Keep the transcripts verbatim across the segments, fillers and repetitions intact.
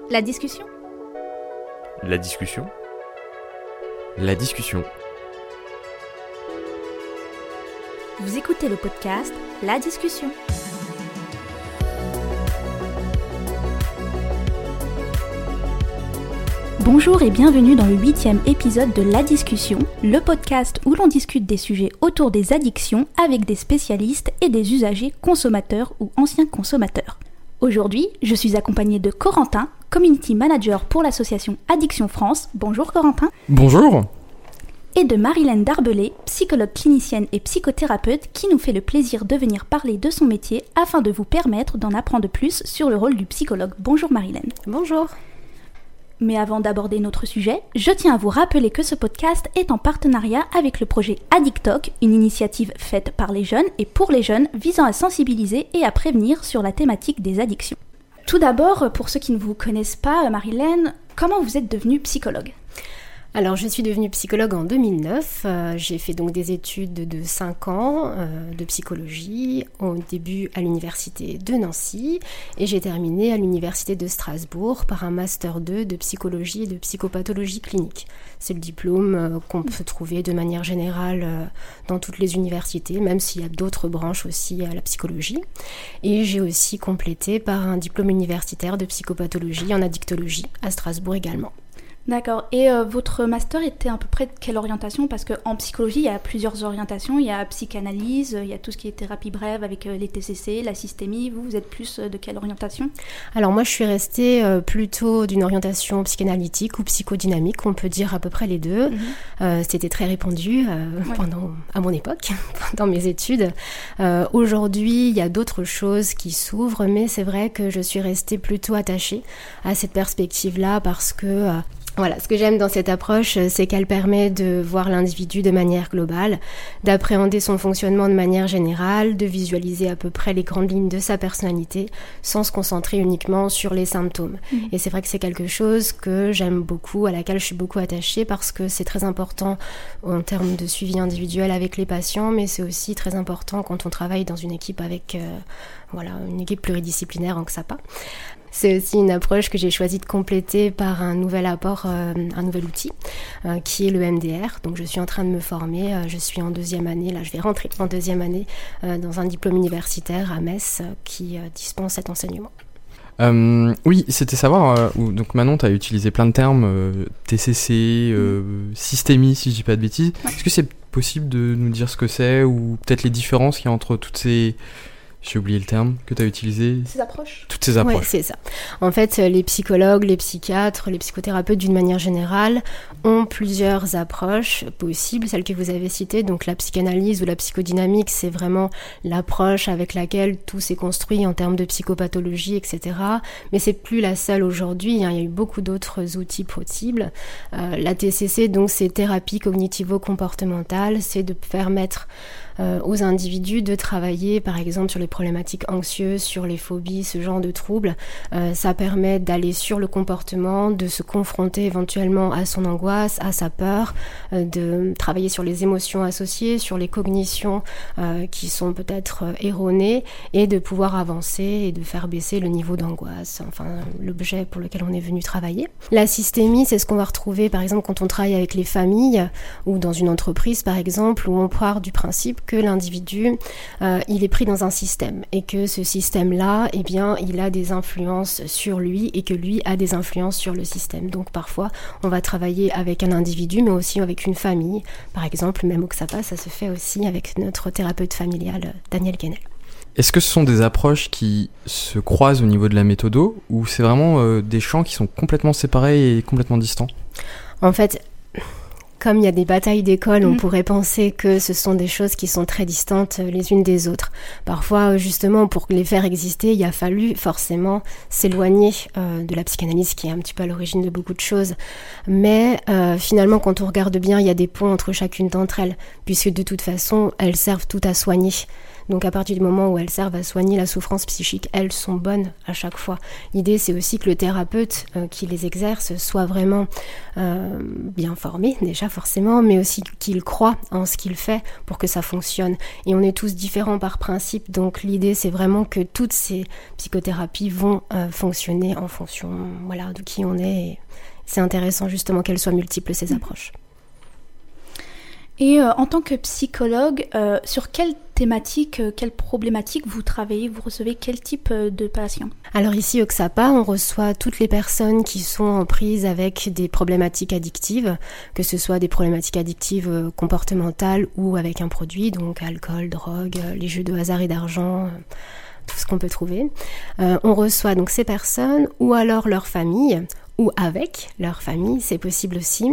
La discussion. La discussion. La discussion. Vous écoutez le podcast La discussion. Bonjour et bienvenue dans le huitième épisode de La discussion, le podcast où l'on discute des sujets autour des addictions avec des spécialistes et des usagers consommateurs ou anciens consommateurs. Aujourd'hui, je suis accompagnée de Corentin, Community Manager pour l'association Addiction France. Bonjour Corentin. Bonjour. Et de Marilène Darbelay, psychologue clinicienne et psychothérapeute qui nous fait le plaisir de venir parler de son métier afin de vous permettre d'en apprendre plus sur le rôle du psychologue. Bonjour Marilène. Bonjour. Mais avant d'aborder notre sujet, je tiens à vous rappeler que ce podcast est en partenariat avec le projet Addictoc, une initiative faite par les jeunes et pour les jeunes visant à sensibiliser et à prévenir sur la thématique des addictions. Tout d'abord, pour ceux qui ne vous connaissent pas, Marilène, comment vous êtes devenue psychologue ? Alors, je suis devenue psychologue en deux mille neuf. Euh, j'ai fait donc des études de cinq ans euh, de psychologie, au début à l'université de Nancy, et j'ai terminé à l'université de Strasbourg par un master deux de psychologie et de psychopathologie clinique. C'est le diplôme euh, qu'on peut trouver de manière générale euh, dans toutes les universités, même s'il y a d'autres branches aussi à la psychologie. Et j'ai aussi complété par un diplôme universitaire de psychopathologie en addictologie à Strasbourg également. D'accord. Et euh, votre master était à peu près de quelle orientation ? Parce qu'en psychologie, il y a plusieurs orientations. Il y a psychanalyse, il y a tout ce qui est thérapie brève avec euh, les T C C, la systémie. Vous, vous êtes plus euh, de quelle orientation ? Alors moi, je suis restée euh, plutôt d'une orientation psychanalytique ou psychodynamique, on peut dire à peu près les deux. Mm-hmm. Euh, c'était très répandu euh, ouais. pendant, à mon époque, dans mes études. Euh, aujourd'hui, il y a d'autres choses qui s'ouvrent, mais c'est vrai que je suis restée plutôt attachée à cette perspective-là parce que... Euh, Voilà, ce que j'aime dans cette approche, c'est qu'elle permet de voir l'individu de manière globale, d'appréhender son fonctionnement de manière générale, de visualiser à peu près les grandes lignes de sa personnalité, sans se concentrer uniquement sur les symptômes. Mmh. Et c'est vrai que c'est quelque chose que j'aime beaucoup, à laquelle je suis beaucoup attachée, parce que c'est très important en termes de suivi individuel avec les patients, mais c'est aussi très important quand on travaille dans une équipe avec euh, voilà, une équipe pluridisciplinaire en X A P A. C'est aussi une approche que j'ai choisi de compléter par un nouvel apport, euh, un nouvel outil, euh, qui est le M D R. Donc je suis en train de me former, euh, je suis en deuxième année, là je vais rentrer en deuxième année euh, dans un diplôme universitaire à Metz euh, qui euh, dispense cet enseignement. Euh, oui, c'était savoir, euh, où, donc Manon, tu as utilisé plein de termes, euh, T C C, euh, mmh. systémie, si je dis pas de bêtises. Ouais. Est-ce que c'est possible de nous dire ce que c'est, ou peut-être les différences qu'il y a entre toutes ces... J'ai oublié le terme que tu as utilisé. Ces approches. Toutes ces approches. Oui, c'est ça. En fait, les psychologues, les psychiatres, les psychothérapeutes, d'une manière générale, ont plusieurs approches possibles. Celle que vous avez citée, donc la psychanalyse ou la psychodynamique, c'est vraiment l'approche avec laquelle tout s'est construit en termes de psychopathologie, et cetera. Mais c'est plus la seule aujourd'hui. Hein. Il y a eu beaucoup d'autres outils possibles. Euh, la T C C, donc, c'est thérapie cognitivo-comportementale. C'est de permettre euh, aux individus de travailler, par exemple, sur les problématiques anxieuses, sur les phobies, ce genre de troubles. Euh, ça permet d'aller sur le comportement, de se confronter éventuellement à son angoisse, à sa peur, euh, de travailler sur les émotions associées, sur les cognitions euh, qui sont peut-être euh, erronées, et de pouvoir avancer et de faire baisser le niveau d'angoisse, enfin l'objet pour lequel on est venu travailler. La systémie, c'est ce qu'on va retrouver par exemple quand on travaille avec les familles ou dans une entreprise par exemple, où on part du principe que l'individu, euh, il est pris dans un système et que ce système-là, eh bien, il a des influences sur lui et que lui a des influences sur le système. Donc parfois, on va travailler avec un individu, mais aussi avec une famille. Par exemple, même au X A P A, ça se fait aussi avec notre thérapeute familial, Daniel Guénel. Est-ce que ce sont des approches qui se croisent au niveau de la méthodo, ou c'est vraiment euh, des champs qui sont complètement séparés et complètement distants ? En fait... Comme il y a des batailles d'école, on mmh. pourrait penser que ce sont des choses qui sont très distantes les unes des autres. Parfois, justement, pour les faire exister, il a fallu forcément s'éloigner euh, de la psychanalyse, qui est un petit peu à l'origine de beaucoup de choses. Mais euh, finalement, quand on regarde bien, il y a des ponts entre chacune d'entre elles, puisque de toute façon, elles servent toutes à soigner. Donc à partir du moment où elles servent à soigner la souffrance psychique, elles sont bonnes à chaque fois. L'idée, c'est aussi que le thérapeute euh, qui les exerce soit vraiment euh, bien formé, déjà forcément, mais aussi qu'il croit en ce qu'il fait pour que ça fonctionne. Et on est tous différents par principe, donc l'idée, c'est vraiment que toutes ces psychothérapies vont euh, fonctionner en fonction voilà, de qui on est. Et c'est intéressant justement qu'elles soient multiples, ces approches. Et euh, en tant que psychologue, euh, sur quelle thématique, euh, quelle problématique vous travaillez, vous recevez quel type euh, de patients ? Alors ici au X A P A, on reçoit toutes les personnes qui sont en prise avec des problématiques addictives, que ce soit des problématiques addictives euh, comportementales ou avec un produit, donc alcool, drogue, euh, les jeux de hasard et d'argent, euh, tout ce qu'on peut trouver. Euh, on reçoit donc ces personnes ou alors leurs familles, ou avec leur famille, c'est possible aussi.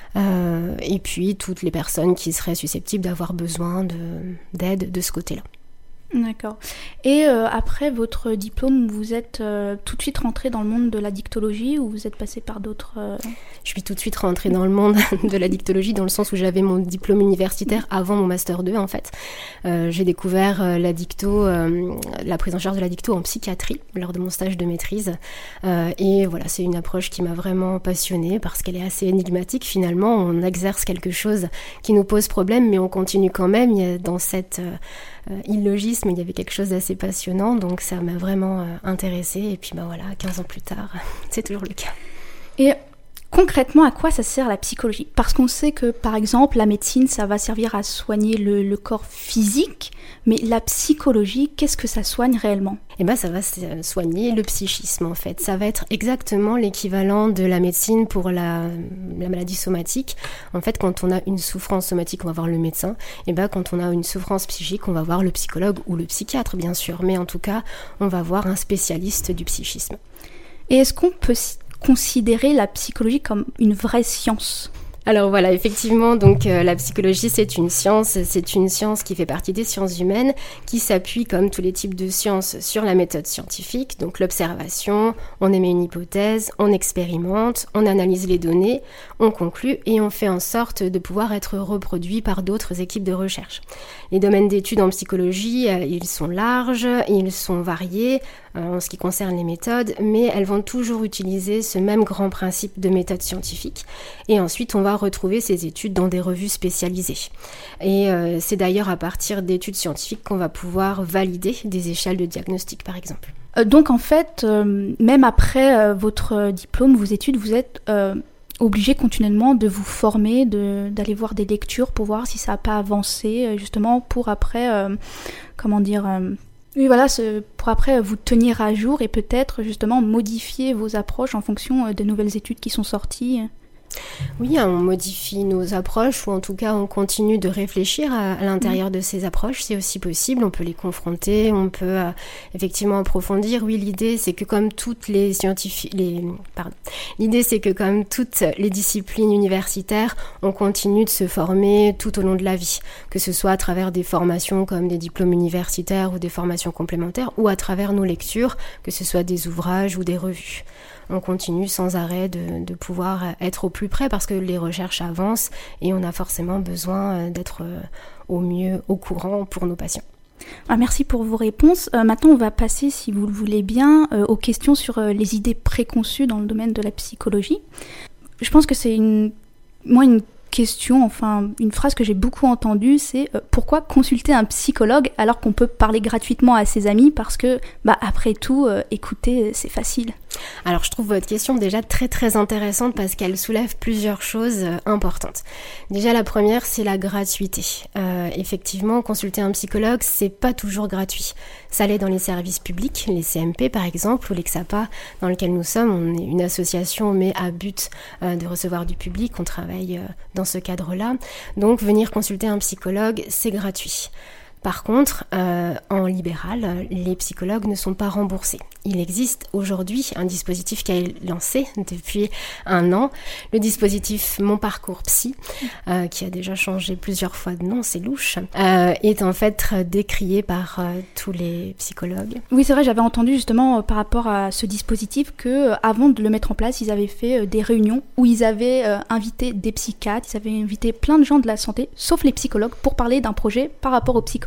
Euh, et puis toutes les personnes qui seraient susceptibles d'avoir besoin de, d'aide de ce côté-là. D'accord. Et euh, après votre diplôme, vous êtes euh, tout de suite rentré dans le monde de la dictologie ou vous êtes passé par d'autres... Euh... Je suis tout de suite rentrée dans le monde de la dictologie dans le sens où j'avais mon diplôme universitaire avant mon master deux en fait. Euh, j'ai découvert euh, la dicto, euh, la prise en charge de la dicto en psychiatrie lors de mon stage de maîtrise. Euh, et voilà, c'est une approche qui m'a vraiment passionnée parce qu'elle est assez énigmatique finalement. On exerce quelque chose qui nous pose problème mais on continue quand même. Il y a dans cette... Euh, Euh, illogisme, il y avait quelque chose d'assez passionnant, donc ça m'a vraiment euh, intéressée. Et puis bah voilà, quinze ans plus tard, c'est toujours le cas. Et concrètement, à quoi ça sert la psychologie ? Parce qu'on sait que, par exemple, la médecine, ça va servir à soigner le, le corps physique, mais la psychologie, qu'est-ce que ça soigne réellement ? Eh ben, ça va soigner le psychisme, en fait. Ça va être exactement l'équivalent de la médecine pour la, la maladie somatique. En fait, quand on a une souffrance somatique, on va voir le médecin. Et ben, quand on a une souffrance psychique, on va voir le psychologue ou le psychiatre, bien sûr. Mais en tout cas, on va voir un spécialiste du psychisme. Et est-ce qu'on peut considérer la psychologie comme une vraie science ? Alors voilà, effectivement, donc euh, la psychologie, c'est une science, c'est une science qui fait partie des sciences humaines, qui s'appuie, comme tous les types de sciences, sur la méthode scientifique, donc l'observation, on émet une hypothèse, on expérimente, on analyse les données, on conclut et on fait en sorte de pouvoir être reproduit par d'autres équipes de recherche. Les domaines d'études en psychologie, euh, ils sont larges, ils sont variés euh, en ce qui concerne les méthodes, mais elles vont toujours utiliser ce même grand principe de méthode scientifique. Et ensuite, on va retrouver ces études dans des revues spécialisées. Et euh, c'est d'ailleurs à partir d'études scientifiques qu'on va pouvoir valider des échelles de diagnostic, par exemple. Euh, donc en fait, euh, même après euh, votre diplôme, vos études, vous êtes euh, obligé continuellement de vous former, de, d'aller voir des lectures pour voir si ça n'a pas avancé, euh, justement pour après, euh, comment dire... Euh, oui, voilà, ce, pour après vous tenir à jour et peut-être justement modifier vos approches en fonction euh, des nouvelles études qui sont sorties. Oui, on modifie nos approches ou en tout cas on continue de réfléchir à, à l'intérieur mmh. de ces approches, c'est aussi possible, on peut les confronter, on peut euh, effectivement approfondir. Oui, l'idée c'est que comme toutes les scientifiques, les, pardon, l'idée c'est que comme toutes les disciplines universitaires, on continue de se former tout au long de la vie, que ce soit à travers des formations comme des diplômes universitaires ou des formations complémentaires ou à travers nos lectures, que ce soit des ouvrages ou des revues. On continue sans arrêt de, de pouvoir être au plus près parce que les recherches avancent et on a forcément besoin d'être au mieux au courant pour nos patients. Ah, merci pour vos réponses. Euh, maintenant, on va passer, si vous le voulez bien, euh, aux questions sur euh, les idées préconçues dans le domaine de la psychologie. Je pense que c'est une, moi une question, enfin une phrase que j'ai beaucoup entendue, c'est euh, pourquoi consulter un psychologue alors qu'on peut parler gratuitement à ses amis parce que, bah après tout, euh, écouter, c'est facile. Alors je trouve votre question déjà très très intéressante parce qu'elle soulève plusieurs choses euh, importantes. Déjà la première, c'est la gratuité. Euh, effectivement, consulter un psychologue, c'est pas toujours gratuit. Ça l'est dans les services publics, les C M P par exemple, ou l'X A P A dans lequel nous sommes. On est une association mais à but euh, de recevoir du public, on travaille euh, dans ce cadre-là. Donc venir consulter un psychologue, c'est gratuit. Par contre, euh, en libéral, les psychologues ne sont pas remboursés. Il existe aujourd'hui un dispositif qui est lancé depuis un an, le dispositif Mon Parcours Psy, euh, qui a déjà changé plusieurs fois de nom, c'est louche, euh, est en fait décrié par euh, tous les psychologues. Oui, c'est vrai, j'avais entendu justement euh, par rapport à ce dispositif que, euh, avant de le mettre en place, ils avaient fait euh, des réunions où ils avaient euh, invité des psychiatres, ils avaient invité plein de gens de la santé, sauf les psychologues, pour parler d'un projet par rapport aux psychologues.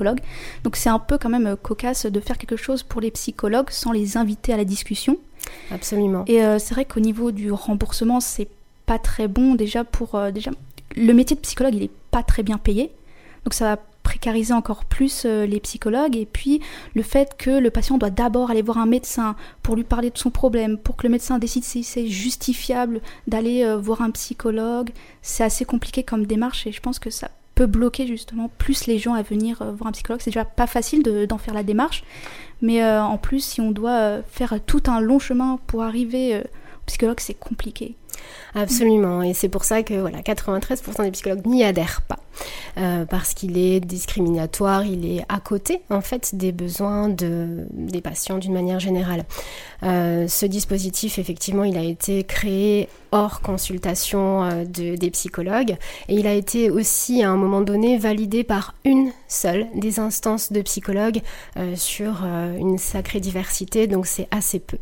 psychologues. Donc c'est un peu quand même cocasse de faire quelque chose pour les psychologues sans les inviter à la discussion. Absolument. Et euh, c'est vrai qu'au niveau du remboursement, c'est pas très bon déjà pour... Euh, déjà, le métier de psychologue, il est pas très bien payé. Donc ça va précariser encore plus euh, les psychologues. Et puis le fait que le patient doit d'abord aller voir un médecin pour lui parler de son problème, pour que le médecin décide si c'est justifiable d'aller euh, voir un psychologue, c'est assez compliqué comme démarche et je pense que ça peut bloquer justement plus les gens à venir euh, voir un psychologue. C'est déjà pas facile de, d'en faire la démarche, mais euh, en plus si on doit euh, faire tout un long chemin pour arriver euh, au psychologue, c'est compliqué. Absolument, et c'est pour ça que voilà, quatre-vingt-treize pour cent des psychologues n'y adhèrent pas, euh, parce qu'il est discriminatoire, il est à côté en fait des besoins de, des patients d'une manière générale. Euh, ce dispositif, effectivement, il a été créé hors consultation euh, de, des psychologues, et il a été aussi à un moment donné validé par une seule des instances de psychologues euh, sur euh, une sacrée diversité, donc c'est assez peu.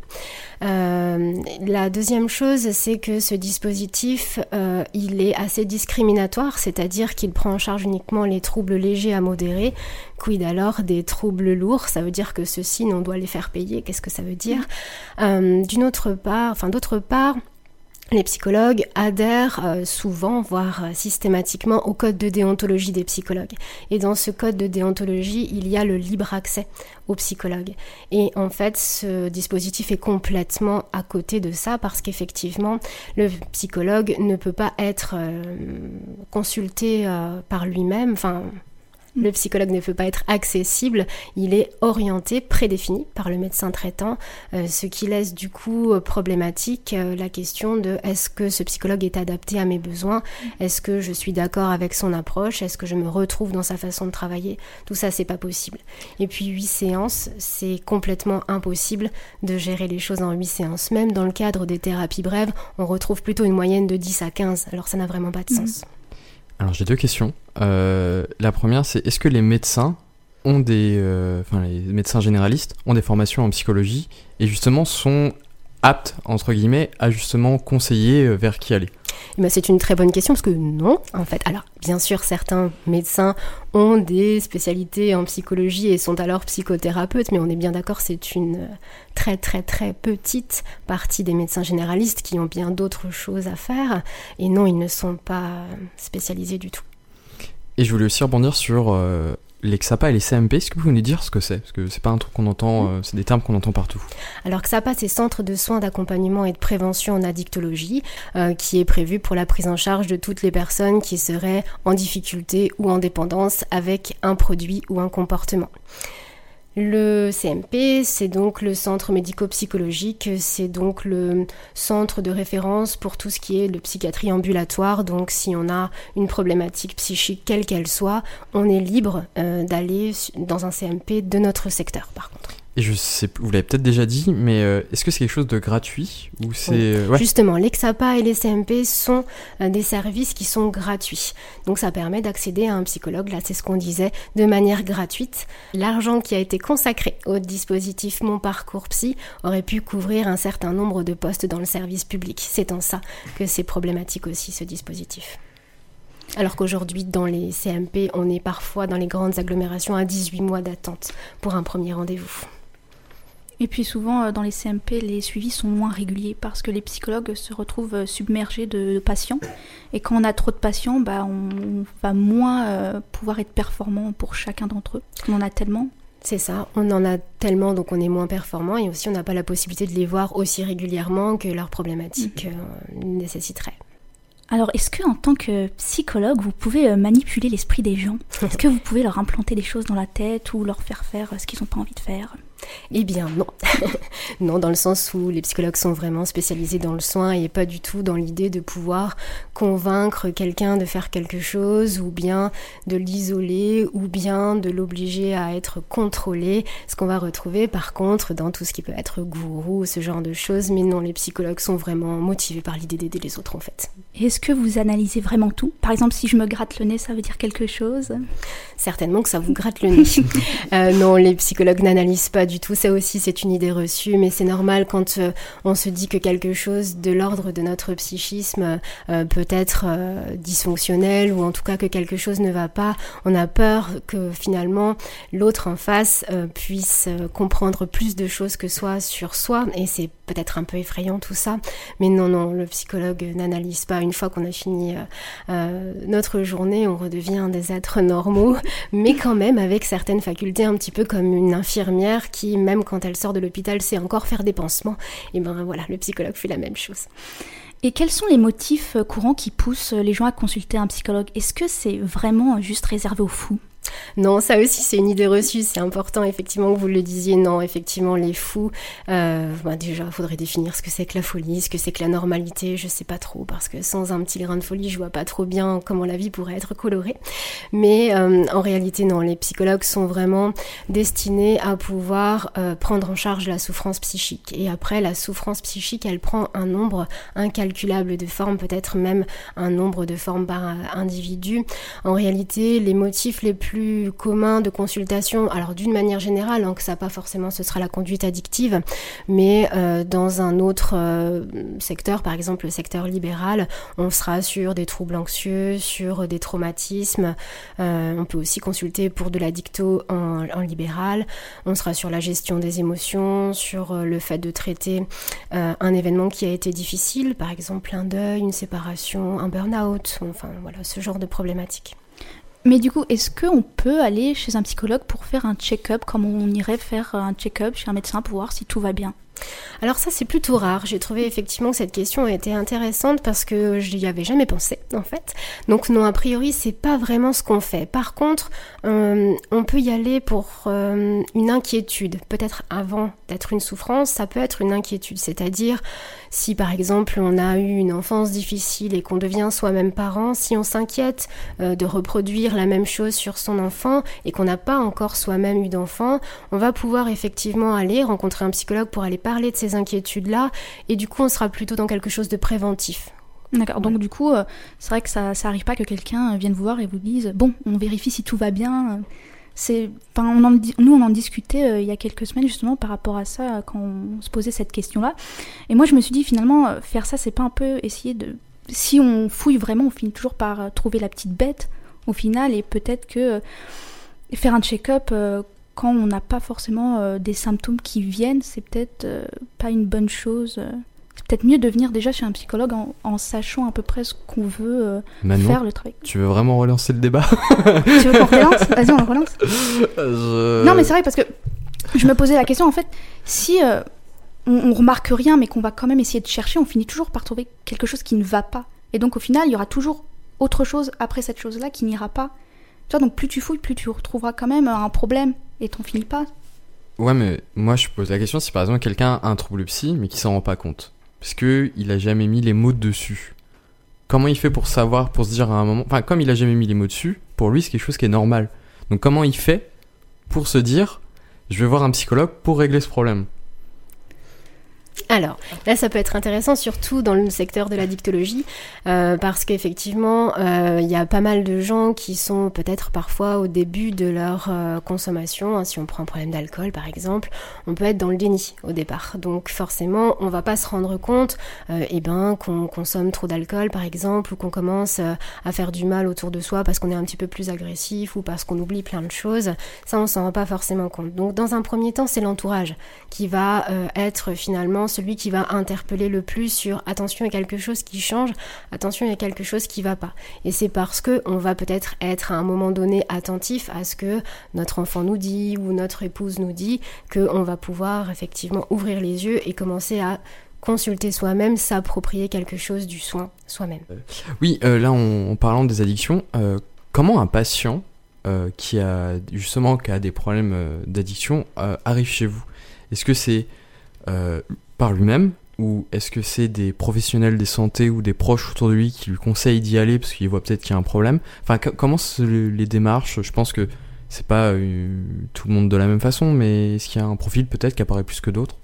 Euh, la deuxième chose, c'est que ce dispositif, euh, il est assez discriminatoire, c'est-à-dire qu'il prend en charge uniquement les troubles légers à modérés. Quid alors des troubles lourds? Ça veut dire que ceux-ci, on doit les faire payer. Qu'est-ce que ça veut dire? euh, D'une autre part, enfin d'autre part, les psychologues adhèrent euh, souvent, voire euh, systématiquement, au code de déontologie des psychologues. Et dans ce code de déontologie, il y a le libre accès aux psychologues. Et en fait, ce dispositif est complètement à côté de ça parce qu'effectivement, le psychologue ne peut pas être euh, consulté euh, par lui-même, enfin... Le psychologue ne peut pas être accessible, il est orienté, prédéfini par le médecin traitant, euh, ce qui laisse du coup problématique euh, la question de est-ce que ce psychologue est adapté à mes besoins, est-ce que je suis d'accord avec son approche, est-ce que je me retrouve dans sa façon de travailler, tout ça c'est pas possible. Et puis huit séances, c'est complètement impossible de gérer les choses en huit séances. Même dans le cadre des thérapies brèves, on retrouve plutôt une moyenne de dix à quinze, alors ça n'a vraiment pas de sens. Mmh. Alors j'ai deux questions. Euh, la première, c'est est-ce que les médecins ont des, euh, enfin les médecins généralistes ont des formations en psychologie et justement sont aptes entre guillemets à justement conseiller vers qui aller? Eh bien, c'est une très bonne question parce que non, en fait. Alors, bien sûr, certains médecins ont des spécialités en psychologie et sont alors psychothérapeutes, mais on est bien d'accord, c'est une très très très petite partie des médecins généralistes qui ont bien d'autres choses à faire. Et non, ils ne sont pas spécialisés du tout. Et je voulais aussi rebondir sur euh, les X A P A et les C M P. Est-ce que vous pouvez nous dire ce que c'est? Parce que c'est pas un truc qu'on entend, euh, c'est des termes qu'on entend partout. Alors X A P A, c'est Centre de soins d'accompagnement et de prévention en addictologie, euh, qui est prévu pour la prise en charge de toutes les personnes qui seraient en difficulté ou en dépendance avec un produit ou un comportement. Le C M P, c'est donc le centre médico-psychologique, c'est donc le centre de référence pour tout ce qui est de psychiatrie ambulatoire. Donc si on a une problématique psychique quelle qu'elle soit, on est libre euh, d'aller dans un C M P de notre secteur par contre. Et je sais, vous l'avez peut-être déjà dit, mais euh, est-ce que c'est quelque chose de gratuit ou c'est... Oui. Ouais. Justement, les X A P A et les C M P sont euh, des services qui sont gratuits. Donc ça permet d'accéder à un psychologue, là c'est ce qu'on disait, de manière gratuite. L'argent qui a été consacré au dispositif Mon Parcours Psy aurait pu couvrir un certain nombre de postes dans le service public. C'est en ça que c'est problématique aussi ce dispositif. Alors qu'aujourd'hui, dans les C M P, on est parfois dans les grandes agglomérations à dix-huit mois d'attente pour un premier rendez-vous. Et puis souvent, dans les C M P, les suivis sont moins réguliers parce que les psychologues se retrouvent submergés de patients. Et quand on a trop de patients, bah, on va moins euh, pouvoir être performant pour chacun d'entre eux. Parce qu'on en a tellement. C'est ça, on en a tellement, donc on est moins performant. Et aussi, on n'a pas la possibilité de les voir aussi régulièrement que leurs problématiques mmh. euh, nécessiteraient. Alors, est-ce qu'en tant que psychologue, vous pouvez manipuler l'esprit des gens? Est-ce que vous pouvez leur implanter des choses dans la tête ou leur faire faire ce qu'ils n'ont pas envie de faire? Eh bien non, non dans le sens où les psychologues sont vraiment spécialisés dans le soin et pas du tout dans l'idée de pouvoir convaincre quelqu'un de faire quelque chose ou bien de l'isoler ou bien de l'obliger à être contrôlé, ce qu'on va retrouver par contre dans tout ce qui peut être gourou, ce genre de choses, mais non, les psychologues sont vraiment motivés par l'idée d'aider les autres en fait. Est-ce que vous analysez vraiment tout? Par exemple, si je me gratte le nez, ça veut dire quelque chose? Certainement que ça vous gratte le nez. euh, non, les psychologues n'analysent pas du tout. Ça aussi, c'est une idée reçue, mais c'est normal quand euh, on se dit que quelque chose de l'ordre de notre psychisme euh, peut être euh, dysfonctionnel, ou en tout cas que quelque chose ne va pas. On a peur que finalement l'autre en face euh, puisse euh, comprendre plus de choses que soi sur soi, et c'est peut-être un peu effrayant tout ça. Mais non, non, le psychologue n'analyse pas. Une fois qu'on a fini euh, euh, notre journée, on redevient des êtres normaux, mais quand même avec certaines facultés, un petit peu comme une infirmière qui, même quand elle sort de l'hôpital, sait encore faire des pansements. Et ben voilà, le psychologue fait la même chose. Et quels sont les motifs courants qui poussent les gens à consulter un psychologue ? Est-ce que c'est vraiment juste réservé aux fous ? Non, ça aussi c'est une idée reçue, c'est important effectivement que vous le disiez. Non, effectivement les fous, euh, bah déjà il faudrait définir ce que c'est que la folie, ce que c'est que la normalité, je sais pas trop, parce que sans un petit grain de folie je vois pas trop bien comment la vie pourrait être colorée. Mais euh, en réalité non, les psychologues sont vraiment destinés à pouvoir euh, prendre en charge la souffrance psychique. Et après la souffrance psychique, elle prend un nombre incalculable de formes, peut-être même un nombre de formes par individu. En réalité les motifs les plus plus commun de consultation, alors d'une manière générale, hein, que ça pas forcément ce sera la conduite addictive, mais euh, dans un autre euh, secteur, par exemple le secteur libéral, on sera sur des troubles anxieux, sur des traumatismes, euh, on peut aussi consulter pour de l'addicto en, en libéral, on sera sur la gestion des émotions, sur euh, le fait de traiter euh, un événement qui a été difficile, par exemple un deuil, une séparation, un burn-out, enfin voilà, ce genre de problématiques. Mais du coup, est-ce qu'on peut aller chez un psychologue pour faire un check-up, comme on irait faire un check-up chez un médecin pour voir si tout va bien ? Alors ça c'est plutôt rare, j'ai trouvé effectivement que cette question a été intéressante parce que je n'y avais jamais pensé en fait. Donc non, a priori c'est pas vraiment ce qu'on fait. Par contre, euh, on peut y aller pour euh, une inquiétude, peut-être avant d'être une souffrance, ça peut être une inquiétude, c'est-à-dire si par exemple on a eu une enfance difficile et qu'on devient soi-même parent, si on s'inquiète euh, de reproduire la même chose sur son enfant et qu'on n'a pas encore soi-même eu d'enfant, on va pouvoir effectivement aller rencontrer un psychologue pour aller parler de ces inquiétudes-là, et du coup on sera plutôt dans quelque chose de préventif. D'accord, donc du coup, euh, c'est vrai que ça, ça arrive pas que quelqu'un vienne vous voir et vous dise « Bon, on vérifie si tout va bien ». C'est, enfin, on en, nous, on en discutait euh, il y a quelques semaines justement par rapport à ça, euh, quand on se posait cette question-là. Et moi, je me suis dit finalement, euh, faire ça, c'est pas un peu essayer de... Si on fouille vraiment, on finit toujours par euh, trouver la petite bête au final, et peut-être que euh, faire un check-up... Euh, quand on n'a pas forcément euh, des symptômes qui viennent, c'est peut-être euh, pas une bonne chose. C'est peut-être mieux de venir déjà chez un psychologue en, en sachant à peu près ce qu'on veut euh, Manon, faire le travail. Tu veux vraiment relancer le débat ? Tu veux qu'on relance ? Vas-y, on le relance. Je... Non, mais c'est vrai parce que je me posais la question, en fait, si euh, on, on remarque rien, mais qu'on va quand même essayer de chercher, on finit toujours par trouver quelque chose qui ne va pas. Et donc au final, il y aura toujours autre chose après cette chose-là qui n'ira pas. Tu vois, donc plus tu fouilles, plus tu retrouveras quand même un problème. Et t'en finis pas. Ouais, mais moi je pose la question, si par exemple quelqu'un a un trouble psy mais qui s'en rend pas compte, parce que il a jamais mis les mots dessus, comment il fait pour savoir, pour se dire à un moment, enfin comme il a jamais mis les mots dessus, pour lui c'est quelque chose qui est normal. Donc comment il fait pour se dire, je vais voir un psychologue pour régler ce problème ? Alors, là, ça peut être intéressant, surtout dans le secteur de l'addictologie, euh, parce qu'effectivement, euh, il y a pas mal de gens qui sont peut-être parfois au début de leur euh, consommation. Hein, si on prend un problème d'alcool, par exemple, on peut être dans le déni au départ. Donc, forcément, on va pas se rendre compte euh, eh ben, qu'on consomme trop d'alcool, par exemple, ou qu'on commence euh, à faire du mal autour de soi parce qu'on est un petit peu plus agressif ou parce qu'on oublie plein de choses. Ça, on s'en rend pas forcément compte. Donc, dans un premier temps, c'est l'entourage qui va euh, être finalement celui qui va interpeller le plus sur attention, il y a quelque chose qui change, attention, il y a quelque chose qui va pas. Et c'est parce que on va peut-être être à un moment donné attentif à ce que notre enfant nous dit ou notre épouse nous dit, qu'on va pouvoir effectivement ouvrir les yeux et commencer à consulter soi-même, s'approprier quelque chose du soin soi-même. Oui, euh, là en parlant des addictions, euh, comment un patient euh, qui a justement qui a des problèmes euh, d'addiction euh, arrive chez vous ? Est-ce que c'est euh, par lui-même, ou est-ce que c'est des professionnels de santé ou des proches autour de lui qui lui conseillent d'y aller parce qu'ils voient peut-être qu'il y a un problème ? Enfin, c- comment se, les démarches ? Je pense que c'est pas euh, tout le monde de la même façon, mais est-ce qu'il y a un profil peut-être qui apparaît plus que d'autres ?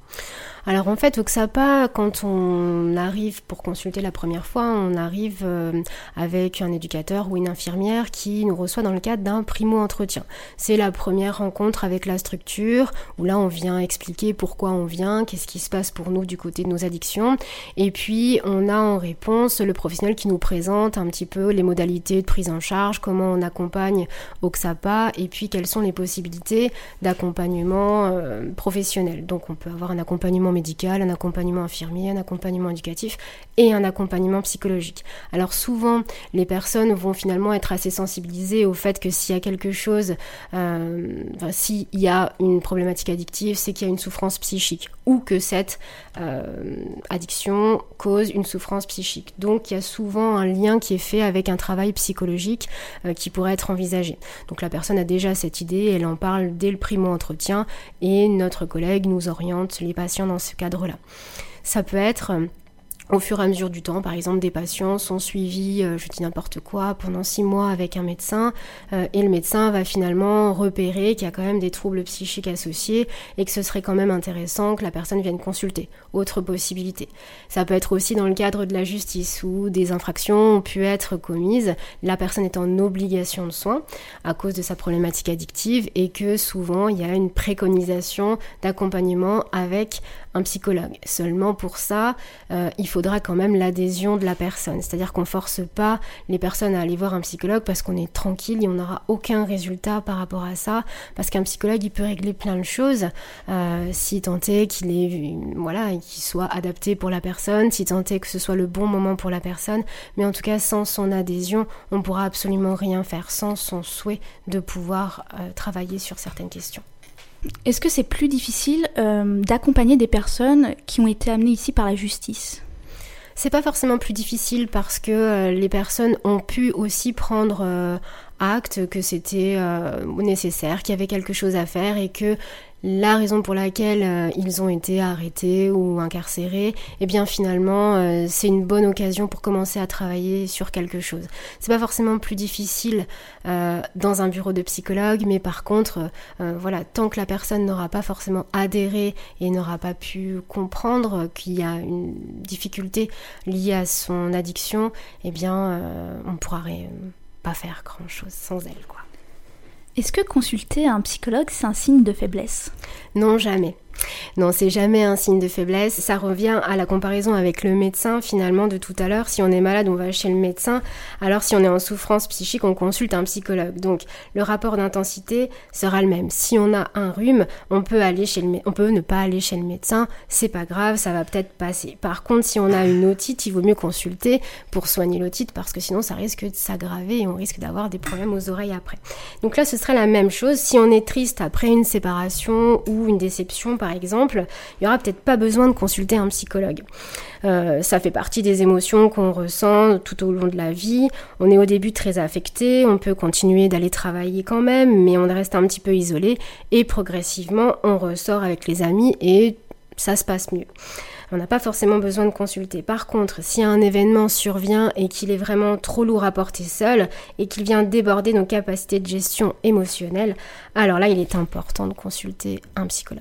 Alors en fait, au Xapa, quand on arrive pour consulter la première fois, on arrive euh, avec un éducateur ou une infirmière qui nous reçoit dans le cadre d'un primo-entretien. C'est la première rencontre avec la structure, où là on vient expliquer pourquoi on vient, qu'est-ce qui se passe pour nous du côté de nos addictions. Et puis on a en réponse le professionnel qui nous présente un petit peu les modalités de prise en charge, comment on accompagne au Xapa, et puis quelles sont les possibilités d'accompagnement euh, professionnel. Donc on peut avoir un accompagnement médical, un accompagnement infirmier, un accompagnement éducatif et un accompagnement psychologique. Alors souvent, les personnes vont finalement être assez sensibilisées au fait que s'il y a quelque chose, euh, enfin, s'il y a une problématique addictive, c'est qu'il y a une souffrance psychique ou que cette euh, addiction cause une souffrance psychique. Donc il y a souvent un lien qui est fait avec un travail psychologique euh, qui pourrait être envisagé. Donc la personne a déjà cette idée, elle en parle dès le primo-entretien et notre collègue nous oriente les patients dans ce cadre-là. Ça peut être euh, au fur et à mesure du temps, par exemple, des patients sont suivis, euh, je dis n'importe quoi, pendant six mois avec un médecin, euh, et le médecin va finalement repérer qu'il y a quand même des troubles psychiques associés et que ce serait quand même intéressant que la personne vienne consulter. Autre possibilité. Ça peut être aussi dans le cadre de la justice où des infractions ont pu être commises, la personne est en obligation de soins à cause de sa problématique addictive et que souvent il y a une préconisation d'accompagnement avec un psychologue. Seulement pour ça, euh, il faudra quand même l'adhésion de la personne. C'est-à-dire qu'on ne force pas les personnes à aller voir un psychologue parce qu'on est tranquille et on n'aura aucun résultat par rapport à ça. Parce qu'un psychologue, il peut régler plein de choses euh, si tant est qu'il est, voilà, qu'il soit adapté pour la personne, si tant est que ce soit le bon moment pour la personne. Mais en tout cas, sans son adhésion, on ne pourra absolument rien faire, sans son souhait de pouvoir euh, travailler sur certaines questions. Est-ce que c'est plus difficile euh, d'accompagner des personnes qui ont été amenées ici par la justice ? C'est pas forcément plus difficile parce que euh, les personnes ont pu aussi prendre euh, acte que c'était euh, nécessaire, qu'il y avait quelque chose à faire et que la raison pour laquelle euh, ils ont été arrêtés ou incarcérés, eh bien finalement euh, c'est une bonne occasion pour commencer à travailler sur quelque chose. C'est pas forcément plus difficile euh, dans un bureau de psychologue, mais par contre, euh, voilà, tant que la personne n'aura pas forcément adhéré et n'aura pas pu comprendre qu'il y a une difficulté liée à son addiction, eh bien euh, on pourra ré- pas faire grand chose sans elle, quoi. Est-ce que consulter un psychologue, c'est un signe de faiblesse ? Non, jamais. Non, c'est jamais un signe de faiblesse. Ça revient à la comparaison avec le médecin, finalement, de tout à l'heure. Si on est malade, on va chez le médecin. Alors, si on est en souffrance psychique, on consulte un psychologue. Donc, le rapport d'intensité sera le même. Si on a un rhume, on peut aller chez le mé- on peut ne pas aller chez le médecin. C'est pas grave, ça va peut-être passer. Par contre, si on a une otite, il vaut mieux consulter pour soigner l'otite parce que sinon, ça risque de s'aggraver et on risque d'avoir des problèmes aux oreilles après. Donc là, ce serait la même chose. Si on est triste après une séparation ou une déception, par exemple, il n'y aura peut-être pas besoin de consulter un psychologue. Euh, ça fait partie des émotions qu'on ressent tout au long de la vie. On est au début très affecté, on peut continuer d'aller travailler quand même, mais on reste un petit peu isolé et progressivement, on ressort avec les amis et ça se passe mieux. On n'a pas forcément besoin de consulter. Par contre, si un événement survient et qu'il est vraiment trop lourd à porter seul et qu'il vient déborder nos capacités de gestion émotionnelle, alors là, il est important de consulter un psychologue.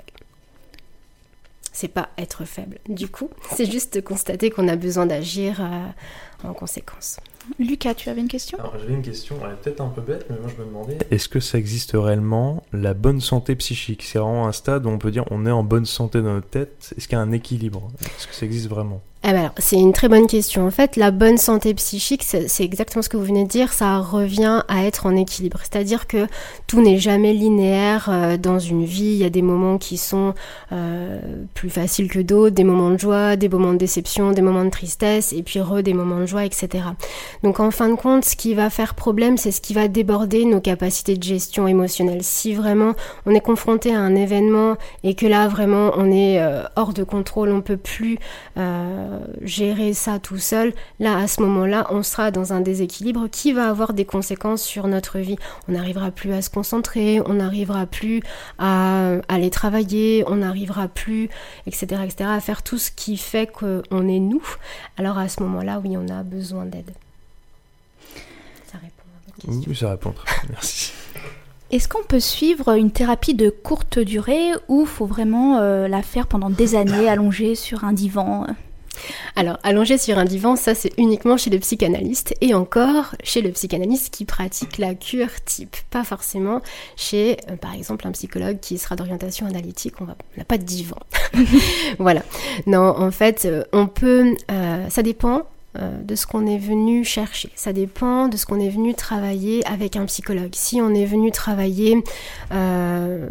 C'est pas être faible. Du coup, c'est juste constater qu'on a besoin d'agir euh, en conséquence. Lucas, tu avais une question ? Alors, j'avais une question, elle est peut-être un peu bête, mais moi je me demandais, est-ce que ça existe réellement, la bonne santé psychique ? C'est vraiment un stade où on peut dire on est en bonne santé dans notre tête. Est-ce qu'il y a un équilibre ? Est-ce que ça existe vraiment ? Eh ben alors, c'est une très bonne question. En fait, la bonne santé psychique, c'est, c'est exactement ce que vous venez de dire, ça revient à être en équilibre. C'est-à-dire que tout n'est jamais linéaire euh, dans une vie. Il y a des moments qui sont euh, plus faciles que d'autres, des moments de joie, des moments de déception, des moments de tristesse, et puis re, des moments de joie, et cetera. Donc en fin de compte, ce qui va faire problème, c'est ce qui va déborder nos capacités de gestion émotionnelle. Si vraiment on est confronté à un événement et que là, vraiment, on est euh, hors de contrôle, on peut plus... Euh, gérer ça tout seul, là à ce moment-là on sera dans un déséquilibre qui va avoir des conséquences sur notre vie. On n'arrivera plus à se concentrer, on n'arrivera plus à aller travailler, on n'arrivera plus, etc., etc., à faire tout ce qui fait qu'on est nous. Alors à ce moment-là, oui, on a besoin d'aide. Ça répond à votre question. Oui, ça répond très bien, merci. Est-ce qu'on peut suivre une thérapie de courte durée ou il faut vraiment euh, la faire pendant des années, allongée sur un divan ? Alors, allongé sur un divan, ça c'est uniquement chez le psychanalyste et encore chez le psychanalyste qui pratique la cure type. Pas forcément chez, euh, par exemple, un psychologue qui sera d'orientation analytique, on va, on n'a pas de divan. Voilà. Non, en fait, euh, on peut, euh, ça dépend euh, de ce qu'on est venu chercher. Ça dépend de ce qu'on est venu travailler avec un psychologue. Si on est venu travailler euh,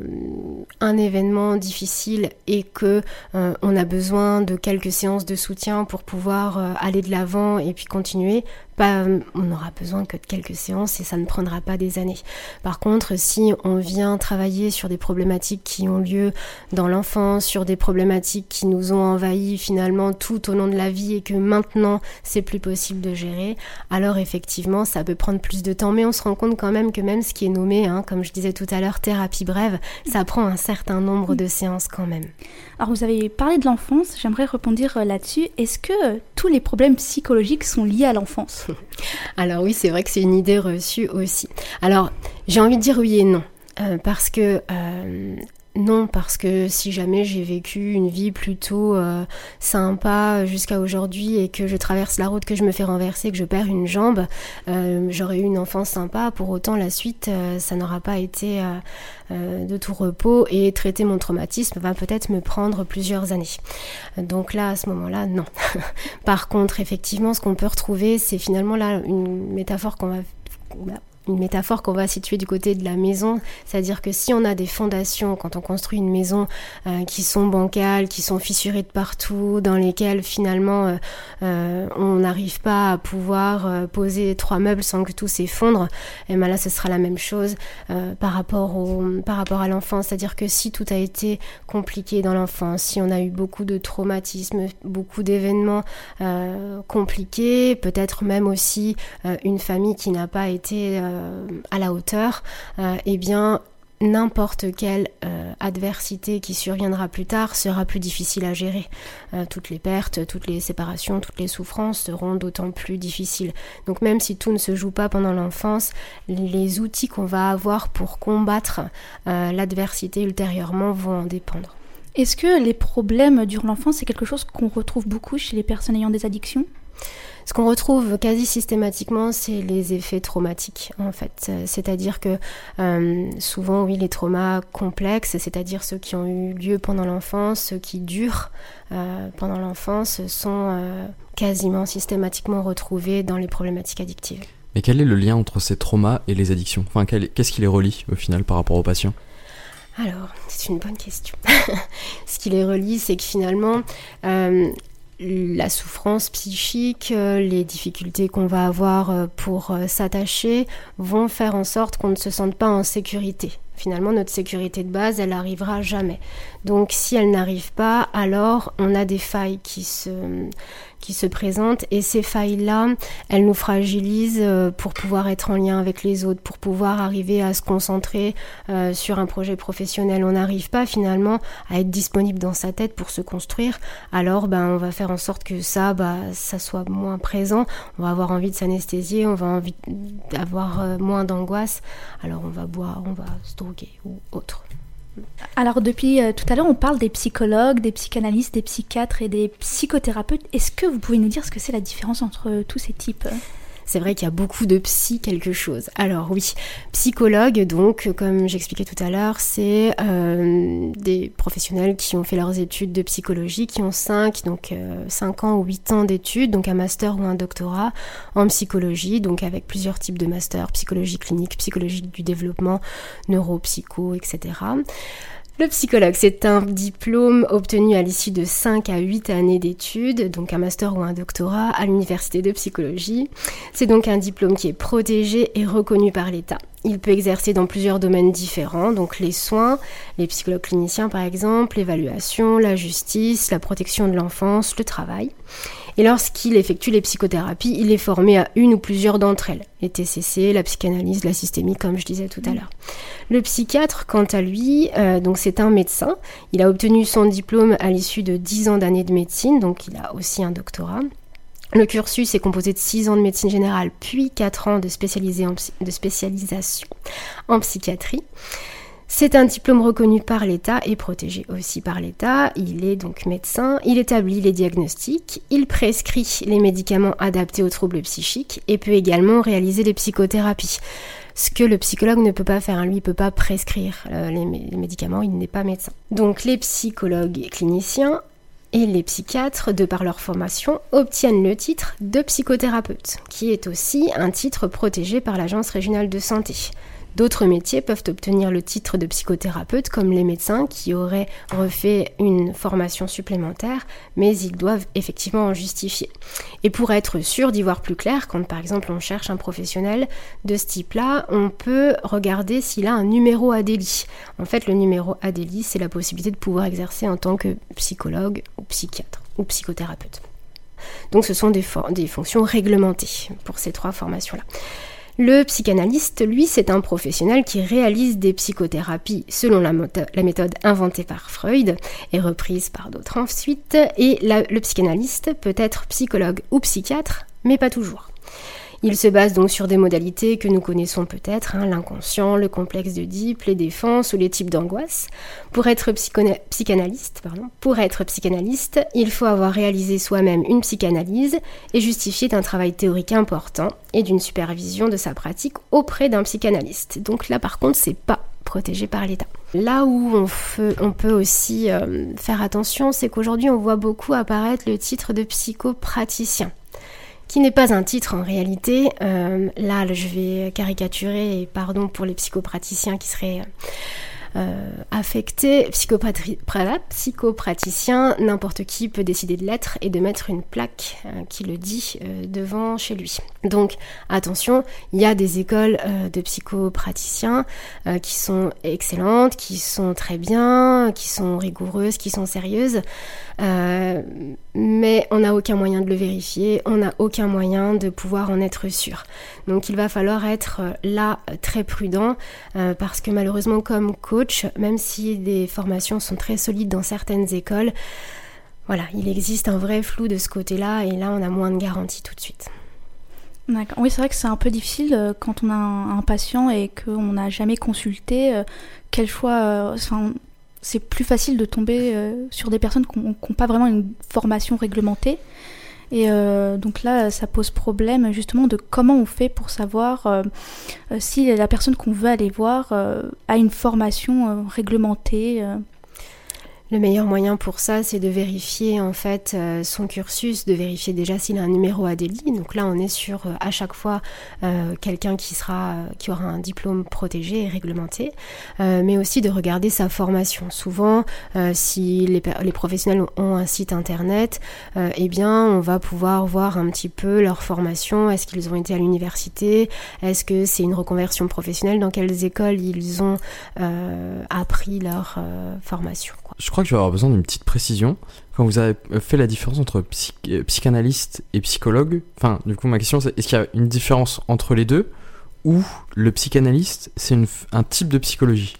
un événement difficile et que euh, on a besoin de quelques séances de soutien pour pouvoir euh, aller de l'avant et puis continuer, pas, on n'aura besoin que de quelques séances et ça ne prendra pas des années. Par contre, si on vient travailler sur des problématiques qui ont lieu dans l'enfance, sur des problématiques qui nous ont envahis finalement tout au long de la vie et que maintenant c'est plus possible de gérer, alors effectivement ça peut prendre plus de temps. Mais on se rend compte quand même que même ce qui est nommé, hein, comme je disais tout à l'heure, thérapie brève, ça prend un certain nombre de séances quand même. Alors vous avez parlé de l'enfance, j'aimerais rebondir là-dessus. Est-ce que euh, tous les problèmes psychologiques sont liés à l'enfance ? Alors oui, c'est vrai que c'est une idée reçue aussi. Alors, j'ai envie de dire oui et non. Euh, parce que... Euh, non, parce que si jamais j'ai vécu une vie plutôt euh, sympa jusqu'à aujourd'hui et que je traverse la route, que je me fais renverser, que je perds une jambe, euh, j'aurais eu une enfance sympa. Pour autant, la suite, euh, ça n'aura pas été euh, euh, de tout repos et traiter mon traumatisme va peut-être me prendre plusieurs années. Donc là, à ce moment-là, non. Par contre, effectivement, ce qu'on peut retrouver, c'est finalement là une métaphore qu'on va... une métaphore qu'on va situer du côté de la maison, c'est-à-dire que si on a des fondations, quand on construit une maison euh, qui sont bancales, qui sont fissurées de partout, dans lesquelles finalement euh, euh, on n'arrive pas à pouvoir euh, poser trois meubles sans que tout s'effondre, et bien là ce sera la même chose euh, par rapport au, par rapport à l'enfance, c'est-à-dire que si tout a été compliqué dans l'enfance, si on a eu beaucoup de traumatismes, beaucoup d'événements euh, compliqués, peut-être même aussi euh, une famille qui n'a pas été euh, à la hauteur, euh, eh bien n'importe quelle euh, adversité qui surviendra plus tard sera plus difficile à gérer. Euh, toutes les pertes, toutes les séparations, toutes les souffrances seront d'autant plus difficiles. Donc même si tout ne se joue pas pendant l'enfance, les outils qu'on va avoir pour combattre euh, l'adversité ultérieurement vont en dépendre. Est-ce que les problèmes durant l'enfance, c'est quelque chose qu'on retrouve beaucoup chez les personnes ayant des addictions ? Ce qu'on retrouve quasi systématiquement, c'est les effets traumatiques, en fait. C'est-à-dire que euh, souvent, oui, les traumas complexes, c'est-à-dire ceux qui ont eu lieu pendant l'enfance, ceux qui durent euh, pendant l'enfance, sont euh, quasiment systématiquement retrouvés dans les problématiques addictives. Mais quel est le lien entre ces traumas et les addictions ? Enfin, quel, qu'est-ce qui les relie, au final, par rapport aux patients ? Alors, c'est une bonne question. Ce qui les relie, c'est que finalement... Euh, la souffrance psychique, les difficultés qu'on va avoir pour s'attacher vont faire en sorte qu'on ne se sente pas en sécurité. Finalement, notre sécurité de base, elle n'arrivera jamais. Donc, si elle n'arrive pas, alors on a des failles qui se, qui se présentent. Et ces failles-là, elles nous fragilisent pour pouvoir être en lien avec les autres, pour pouvoir arriver à se concentrer euh, sur un projet professionnel. On n'arrive pas finalement à être disponible dans sa tête pour se construire. Alors, ben, on va faire en sorte que ça, bah, ça soit moins présent. On va avoir envie de s'anesthésier, on va envie d'avoir euh, moins d'angoisse. Alors, on va boire, on va se droguer ou autre. Alors depuis euh, tout à l'heure, on parle des psychologues, des psychanalystes, des psychiatres et des psychothérapeutes. Est-ce que vous pouvez nous dire ce que c'est la différence entre euh, tous ces types ? C'est vrai qu'il y a beaucoup de psy quelque chose. Alors oui, psychologue, donc, comme j'expliquais tout à l'heure, c'est euh, des professionnels qui ont fait leurs études de psychologie, qui ont cinq, donc euh, cinq ans ou huit ans d'études, donc un master ou un doctorat en psychologie, donc avec plusieurs types de masters, psychologie clinique, psychologie du développement, neuropsycho, et cetera. Le psychologue, c'est un diplôme obtenu à l'issue de cinq à huit années d'études, donc un master ou un doctorat à l'université de psychologie. C'est donc un diplôme qui est protégé et reconnu par l'État. Il peut exercer dans plusieurs domaines différents, donc les soins, les psychologues cliniciens par exemple, l'évaluation, la justice, la protection de l'enfance, le travail. Et lorsqu'il effectue les psychothérapies, il est formé à une ou plusieurs d'entre elles. Les T C C, la psychanalyse, la systémie, comme je disais tout à l'heure. Le psychiatre, quant à lui, euh, donc c'est un médecin. Il a obtenu son diplôme à l'issue de dix ans d'années de médecine, donc il a aussi un doctorat. Le cursus est composé de six ans de médecine générale, puis quatre ans de, spécialisé en, de spécialisation en psychiatrie. C'est un diplôme reconnu par l'État et protégé aussi par l'État. Il est donc médecin, il établit les diagnostics, il prescrit les médicaments adaptés aux troubles psychiques et peut également réaliser les psychothérapies. Ce que le psychologue ne peut pas faire, lui, il ne peut pas prescrire euh, les, les médicaments, il n'est pas médecin. Donc les psychologues et cliniciens et les psychiatres, de par leur formation, obtiennent le titre de psychothérapeute, qui est aussi un titre protégé par l'Agence régionale de santé. D'autres métiers peuvent obtenir le titre de psychothérapeute, comme les médecins qui auraient refait une formation supplémentaire, mais ils doivent effectivement en justifier. Et pour être sûr d'y voir plus clair, quand par exemple on cherche un professionnel de ce type-là, on peut regarder s'il a un numéro A D L I. En fait, le numéro A D L I, c'est la possibilité de pouvoir exercer en tant que psychologue ou psychiatre ou psychothérapeute. Donc ce sont des, for- des fonctions réglementées pour ces trois formations-là. Le psychanalyste, lui, c'est un professionnel qui réalise des psychothérapies selon la, moto- la méthode inventée par Freud et reprise par d'autres ensuite. Et la, le psychanalyste peut être psychologue ou psychiatre, mais pas toujours. Il se base donc sur des modalités que nous connaissons peut-être, hein, l'inconscient, le complexe d'Oedipe, les défenses ou les types d'angoisse. Pour être psychona- psychanalyste, pardon, pour être psychanalyste, il faut avoir réalisé soi-même une psychanalyse et justifier d'un travail théorique important et d'une supervision de sa pratique auprès d'un psychanalyste. Donc là, par contre, c'est pas protégé par l'État. Là où on, fait, on peut aussi euh, faire attention, c'est qu'aujourd'hui, on voit beaucoup apparaître le titre de psychopraticien, qui n'est pas un titre en réalité. Euh, là, je vais caricaturer, et pardon pour les psychopraticiens qui seraient euh, affectés. Psychopatri- psychopraticien, n'importe qui peut décider de l'être et de mettre une plaque euh, qui le dit euh, devant chez lui. Donc, attention, il y a des écoles euh, de psychopraticiens euh, qui sont excellentes, qui sont très bien, qui sont rigoureuses, qui sont sérieuses. Euh, mais on n'a aucun moyen de le vérifier, on n'a aucun moyen de pouvoir en être sûr. Donc il va falloir être là très prudent euh, parce que malheureusement comme coach, même si des formations sont très solides dans certaines écoles, voilà, il existe un vrai flou de ce côté-là et là on a moins de garanties tout de suite. D'accord. Oui, c'est vrai que c'est un peu difficile euh, quand on a un, un patient et qu'on n'a jamais consulté, euh, quel choix... Euh, enfin, c'est plus facile de tomber euh, sur des personnes qui n'ont pas vraiment une formation réglementée. Et euh, donc là, ça pose problème justement de comment on fait pour savoir euh, euh, si la personne qu'on veut aller voir euh, a une formation euh, réglementée. Euh. Le meilleur moyen pour ça, c'est de vérifier en fait euh, son cursus, de vérifier déjà s'il a un numéro A D L I. Donc là, on est sur euh, à chaque fois euh, quelqu'un qui sera, euh, qui aura un diplôme protégé et réglementé, euh, mais aussi de regarder sa formation. Souvent, euh, si les, les professionnels ont un site internet, euh, eh bien, on va pouvoir voir un petit peu leur formation. Est-ce qu'ils ont été à l'université? Est-ce que c'est une reconversion professionnelle? Dans quelles écoles ils ont euh, appris leur euh, formation, quoi. Je crois que je vais avoir besoin d'une petite précision. Quand vous avez fait la différence entre psy- psychanalyste et psychologue, enfin, du coup, ma question c'est, est-ce qu'il y a une différence entre les deux ou le psychanalyste, c'est une, un type de psychologie?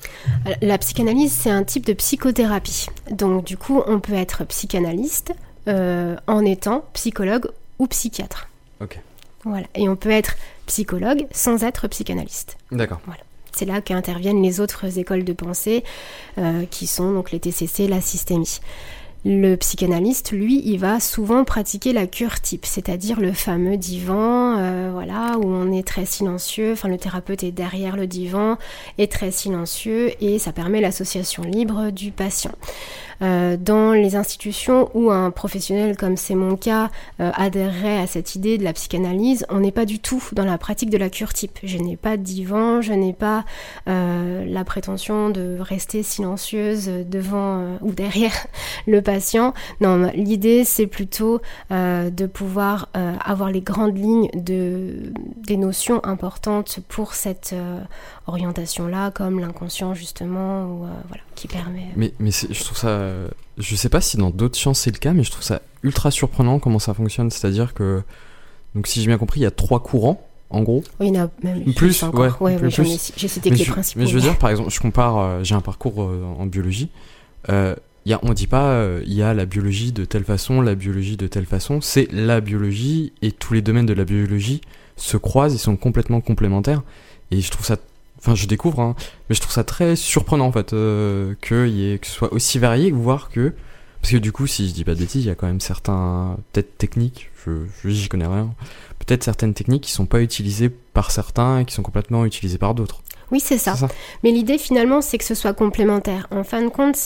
La psychanalyse, c'est un type de psychothérapie. Donc, du coup, on peut être psychanalyste euh, en étant psychologue ou psychiatre. Ok. Voilà. Et on peut être psychologue sans être psychanalyste. D'accord. Voilà. C'est là qu'interviennent les autres écoles de pensée, euh, qui sont donc les T C C, la systémie. Le psychanalyste, lui, il va souvent pratiquer la cure type, c'est-à-dire le fameux divan, euh, voilà, où on est très silencieux, enfin le thérapeute est derrière le divan, est très silencieux et ça permet l'association libre du patient. Euh, dans les institutions où un professionnel, comme c'est mon cas, euh, adhérerait à cette idée de la psychanalyse, on n'est pas du tout dans la pratique de la cure type. Je n'ai pas de divan, je n'ai pas euh, la prétention de rester silencieuse devant euh, ou derrière le patient. Non, l'idée c'est plutôt euh, de pouvoir euh, avoir les grandes lignes de, des notions importantes pour cette euh, orientation-là, comme l'inconscient justement, ou, euh, voilà, qui permet... Mais, mais c'est, je trouve ça... Je sais pas si dans d'autres sciences c'est le cas, mais je trouve ça ultra surprenant comment ça fonctionne. C'est-à-dire que, donc si j'ai bien compris, il y a trois courants, en gros. Oui, il y en a même plus, ouais, ouais, plus, oui, plus. Ai, j'ai cité mais que je, les principaux. Mais je veux dire, par exemple, je compare, euh, j'ai un parcours euh, en biologie. Euh, y a, on dit pas euh, il y a la biologie de telle façon, la biologie de telle façon, c'est la biologie et tous les domaines de la biologie se croisent, ils sont complètement complémentaires et je trouve ça, enfin je découvre, hein, mais je trouve ça très surprenant en fait euh, que, y ait, que ce soit aussi varié, voire que, parce que du coup si je dis pas de bêtises, il y a quand même certains, peut-être techniques, je, je j'y connais rien, peut-être certaines techniques qui sont pas utilisées par certains et qui sont complètement utilisées par d'autres. Oui, c'est ça. c'est ça. Mais l'idée, finalement, c'est que ce soit complémentaire. En fin de compte,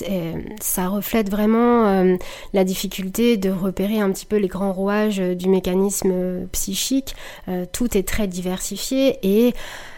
ça reflète vraiment euh, la difficulté de repérer un petit peu les grands rouages du mécanisme psychique. Euh, tout est très diversifié et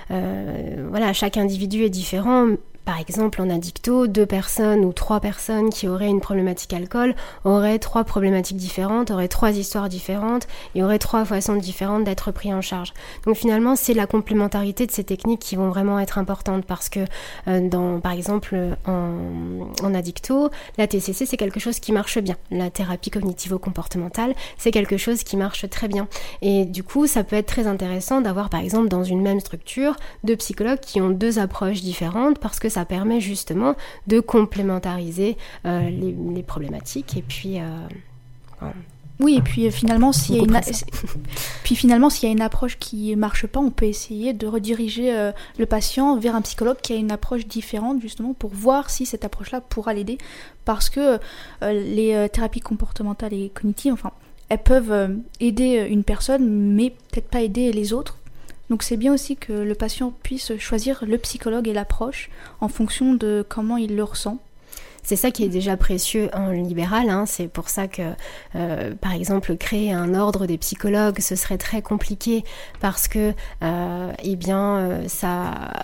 euh, voilà, chaque individu est différent. Par exemple, en addicto, deux personnes ou trois personnes qui auraient une problématique alcool auraient trois problématiques différentes, auraient trois histoires différentes et auraient trois façons différentes d'être pris en charge. Donc finalement, c'est la complémentarité de ces techniques qui vont vraiment être importantes parce que, euh, dans, par exemple, en, en addicto, la T C C, c'est quelque chose qui marche bien. La thérapie cognitivo-comportementale, c'est quelque chose qui marche très bien. Et du coup, ça peut être très intéressant d'avoir, par exemple, dans une même structure, deux psychologues qui ont deux approches différentes parce que ça permet justement de complémentariser euh, les, les problématiques et puis euh, enfin, oui et puis euh, finalement s'il y a une a... puis finalement s'il y a une approche qui marche pas, on peut essayer de rediriger euh, le patient vers un psychologue qui a une approche différente justement pour voir si cette approche là pourra l'aider parce que euh, les euh, thérapies comportementales et cognitives, enfin elles peuvent euh, aider une personne mais peut-être pas aider les autres. Donc c'est bien aussi que le patient puisse choisir le psychologue et l'approche en fonction de comment il le ressent. C'est ça qui est déjà précieux en libéral, hein. C'est pour ça que, euh, par exemple, créer un ordre des psychologues, ce serait très compliqué parce que, euh, eh bien, euh, ça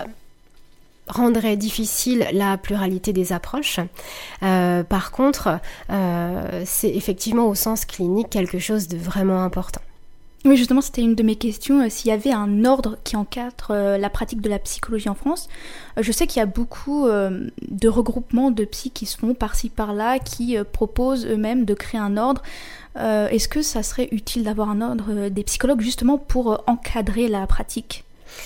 rendrait difficile la pluralité des approches. Euh, par contre, euh, c'est effectivement au sens clinique quelque chose de vraiment important. Oui, justement, c'était une de mes questions, euh, s'il y avait un ordre qui encadre euh, la pratique de la psychologie en France. Euh, je sais qu'il y a beaucoup euh, de regroupements de psy qui se font par-ci par-là, qui euh, proposent eux-mêmes de créer un ordre. Euh, est-ce que ça serait utile d'avoir un ordre euh, des psychologues justement pour euh, encadrer la pratique ?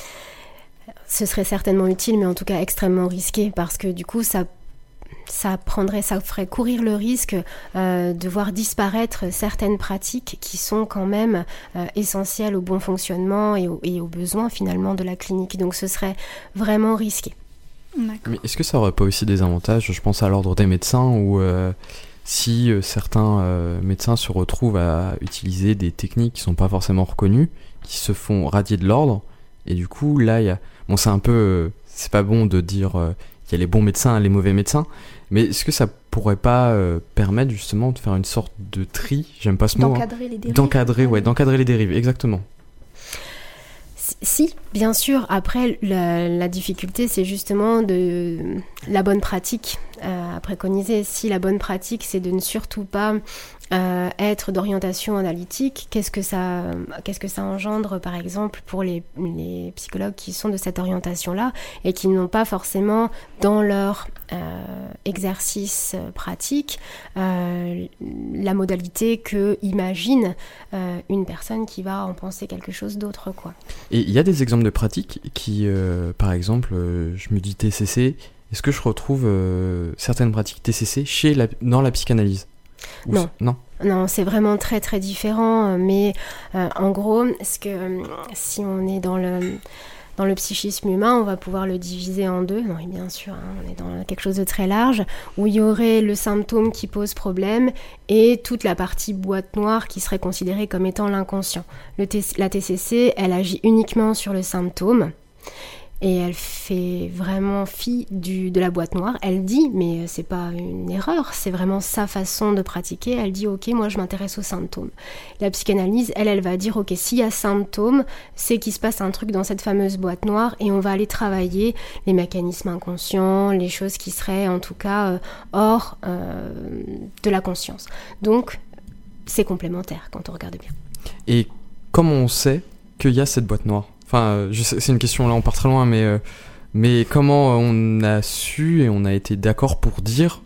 Ce serait certainement utile, mais en tout cas extrêmement risqué, parce que du coup, ça Ça prendrait, ça ferait courir le risque euh, de voir disparaître certaines pratiques qui sont quand même euh, essentielles au bon fonctionnement et, au, et aux besoins finalement de la clinique. Donc ce serait vraiment risqué. D'accord. Mais est-ce que ça aurait pas aussi des avantages ? Je pense à l'ordre des médecins où euh, si euh, certains euh, médecins se retrouvent à utiliser des techniques qui sont pas forcément reconnues, qui se font radier de l'ordre, et du coup là il y a, bon c'est un peu, euh, c'est pas bon de dire euh, il y a les bons médecins et les mauvais médecins, mais est-ce que ça pourrait pas euh, permettre justement de faire une sorte de tri, j'aime pas ce mot, d'encadrer hein, les dérives, d'encadrer, ouais, d'encadrer les dérives, exactement. Si, bien sûr. Après, la, la difficulté, c'est justement de la bonne pratique euh, à préconiser. Si la bonne pratique, c'est de ne surtout pas euh, être d'orientation analytique, qu'est-ce que ça, qu'est-ce que ça engendre, par exemple, pour les, les psychologues qui sont de cette orientation-là et qui n'ont pas forcément dans leur euh, exercice pratique euh, la modalité que imagine euh, une personne qui va en penser quelque chose d'autre, quoi. Et il y a des exemples de pratiques qui, euh, par exemple, euh, je me dis T C C, est-ce que je retrouve euh, certaines pratiques T C C chez la, dans la psychanalyse ? Ou non. non. Non, c'est vraiment très très différent, mais euh, en gros, ce que, si on est dans le, dans le psychisme humain, on va pouvoir le diviser en deux. Non, et bien sûr, hein, on est dans quelque chose de très large, où il y aurait le symptôme qui pose problème et toute la partie boîte noire qui serait considérée comme étant l'inconscient. Le T- la T C C, elle agit uniquement sur le symptôme. Et elle fait vraiment fi du, de la boîte noire. Elle dit, mais c'est pas une erreur, c'est vraiment sa façon de pratiquer. Elle dit, ok, moi je m'intéresse aux symptômes. La psychanalyse, elle, elle va dire, ok, s'il y a symptômes, c'est qu'il se passe un truc dans cette fameuse boîte noire et on va aller travailler les mécanismes inconscients, les choses qui seraient en tout cas euh, hors euh, de la conscience. Donc, c'est complémentaire quand on regarde bien. Et comment on sait qu'il y a cette boîte noire ? Enfin, je sais, c'est une question, là on part très loin, mais, euh, mais comment on a su et on a été d'accord pour dire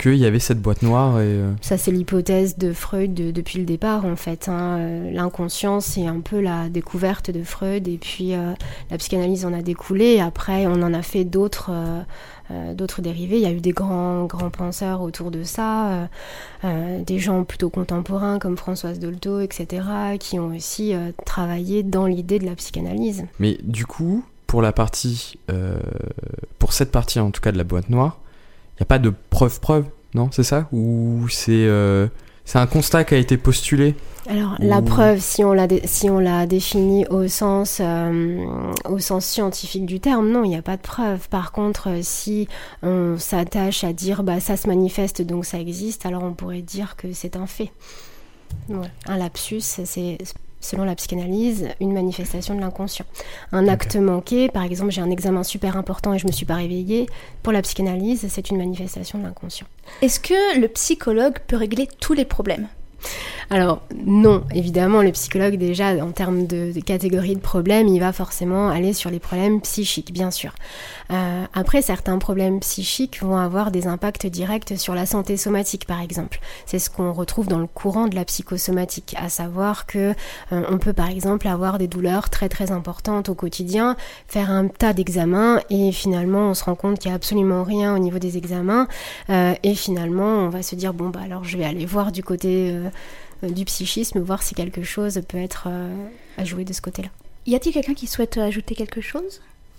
qu'il y avait cette boîte noire et... Euh... Ça, c'est l'hypothèse de Freud de, depuis le départ, en fait. Hein. Euh, l'inconscient, c'est un peu la découverte de Freud, et puis euh, la psychanalyse en a découlé, et après, on en a fait d'autres... Euh, Euh, d'autres dérivés. Il y a eu des grands, grands penseurs autour de ça, euh, euh, des gens plutôt contemporains comme Françoise Dolto, et cetera, qui ont aussi euh, travaillé dans l'idée de la psychanalyse. Mais du coup, pour la partie, euh, pour cette partie en tout cas de la boîte noire, il n'y a pas de preuve-preuve, non ? C'est ça ? Ou c'est, euh, c'est un constat qui a été postulé ? Alors, la Ouh. preuve, si on l'a, dé- si on l'a définie au sens, euh, au sens scientifique du terme, non, il n'y a pas de preuve. Par contre, si on s'attache à dire bah, ça se manifeste, donc ça existe, alors on pourrait dire que c'est un fait. Ouais. Un lapsus, c'est, selon la psychanalyse, une manifestation de l'inconscient. Un acte manqué, par exemple, j'ai un examen super important et je ne me suis pas réveillée, pour la psychanalyse, c'est une manifestation de l'inconscient. Est-ce que le psychologue peut régler tous les problèmes ? Alors non, évidemment, le psychologue déjà en termes de, de catégorie de problèmes, il va forcément aller sur les problèmes psychiques, bien sûr. Euh, après, certains problèmes psychiques vont avoir des impacts directs sur la santé somatique, par exemple. C'est ce qu'on retrouve dans le courant de la psychosomatique, à savoir que euh, on peut par exemple avoir des douleurs très très importantes au quotidien, faire un tas d'examens et finalement on se rend compte qu'il n'y a absolument rien au niveau des examens euh, et finalement on va se dire bon bah alors je vais aller voir du côté euh, du psychisme, voir si quelque chose peut être euh, à jouer de ce côté-là. Y a-t-il quelqu'un qui souhaite ajouter quelque chose ?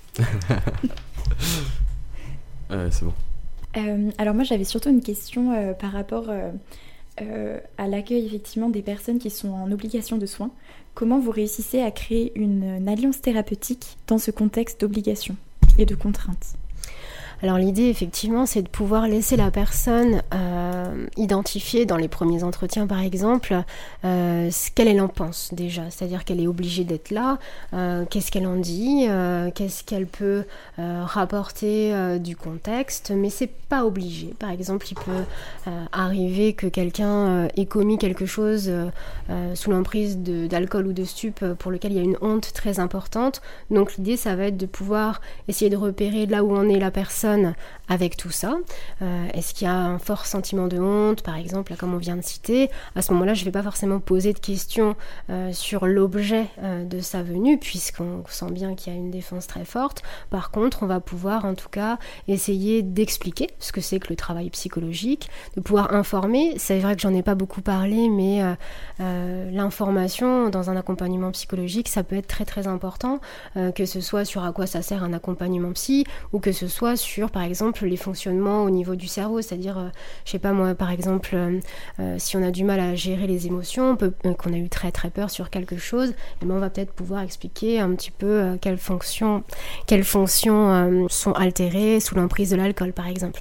Ouais, c'est bon. Euh, alors moi j'avais surtout une question euh, par rapport euh, euh, à l'accueil effectivement des personnes qui sont en obligation de soins. Comment vous réussissez à créer une, une alliance thérapeutique dans ce contexte d'obligation et de contrainte ? Alors l'idée, effectivement, c'est de pouvoir laisser la personne euh, identifier dans les premiers entretiens, par exemple, euh, ce qu'elle en pense déjà. C'est-à-dire qu'elle est obligée d'être là, euh, qu'est-ce qu'elle en dit, euh, qu'est-ce qu'elle peut euh, rapporter euh, du contexte, mais c'est pas obligé. Par exemple, il peut euh, arriver que quelqu'un euh, ait commis quelque chose euh, euh, sous l'emprise de, d'alcool ou de stup pour lequel il y a une honte très importante. Donc l'idée, ça va être de pouvoir essayer de repérer là où en est la personne avec tout ça. Euh, est-ce qu'il y a un fort sentiment de honte, par exemple, là, comme on vient de citer ? À ce moment-là, je ne vais pas forcément poser de questions euh, sur l'objet euh, de sa venue, puisqu'on sent bien qu'il y a une défense très forte. Par contre, on va pouvoir, en tout cas, essayer d'expliquer ce que c'est que le travail psychologique, de pouvoir informer. C'est vrai que j'en ai pas beaucoup parlé, mais euh, euh, l'information dans un accompagnement psychologique, ça peut être très très important, euh, que ce soit sur à quoi ça sert un accompagnement psy, ou que ce soit sur sur, par exemple, les fonctionnements au niveau du cerveau, c'est-à-dire, euh, je sais pas moi, par exemple, euh, euh, si on a du mal à gérer les émotions, on peut, euh, qu'on a eu très très peur sur quelque chose, et ben on va peut-être pouvoir expliquer un petit peu euh, quelles fonctions, quelles fonctions euh, sont altérées sous l'emprise de l'alcool, par exemple.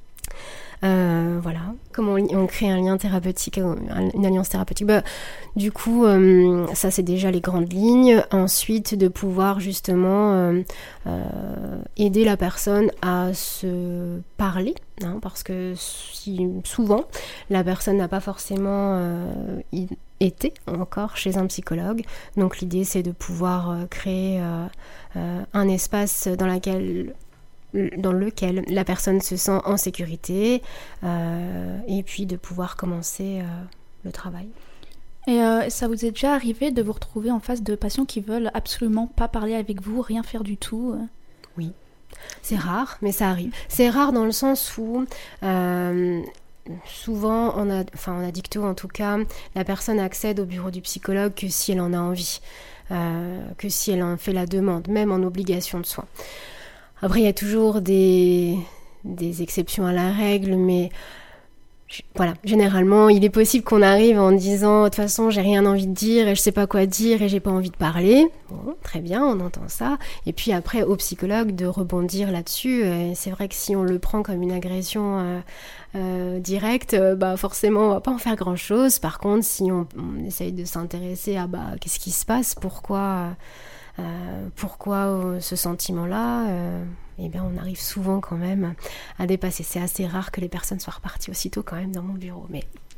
Euh, voilà, comment on, on crée un lien thérapeutique, une alliance thérapeutique. Bah, du coup, euh, ça c'est déjà les grandes lignes. Ensuite, de pouvoir justement euh, euh, aider la personne à se parler, hein, parce que si, souvent, la personne n'a pas forcément euh, été encore chez un psychologue. Donc l'idée, c'est de pouvoir euh, créer euh, euh, un espace dans lequel dans lequel la personne se sent en sécurité euh, et puis de pouvoir commencer euh, le travail. Et euh, ça vous est déjà arrivé de vous retrouver en face de patients qui veulent absolument pas parler avec vous, rien faire du tout ? Oui, c'est rare, mais ça arrive. C'est rare dans le sens où euh, souvent, on a, enfin en addicto en tout cas, la personne accède au bureau du psychologue que si elle en a envie, euh, que si elle en fait la demande, même en obligation de soins. Après, il y a toujours des, des exceptions à la règle, mais voilà, généralement, il est possible qu'on arrive en disant « de toute façon, j'ai rien envie de dire et je sais pas quoi dire et j'ai pas envie de parler ». Bon, très bien, on entend ça. Et puis après, au psychologue de rebondir là-dessus. Et c'est vrai que si on le prend comme une agression euh, euh, directe, euh, bah forcément, on va pas en faire grand-chose. Par contre, si on, on essaye de s'intéresser à bah, qu'est-ce qui se passe, pourquoi... Euh, pourquoi euh, ce sentiment-là euh, eh bien, on arrive souvent quand même à dépasser. C'est assez rare que les personnes soient reparties aussitôt quand même dans mon bureau, mais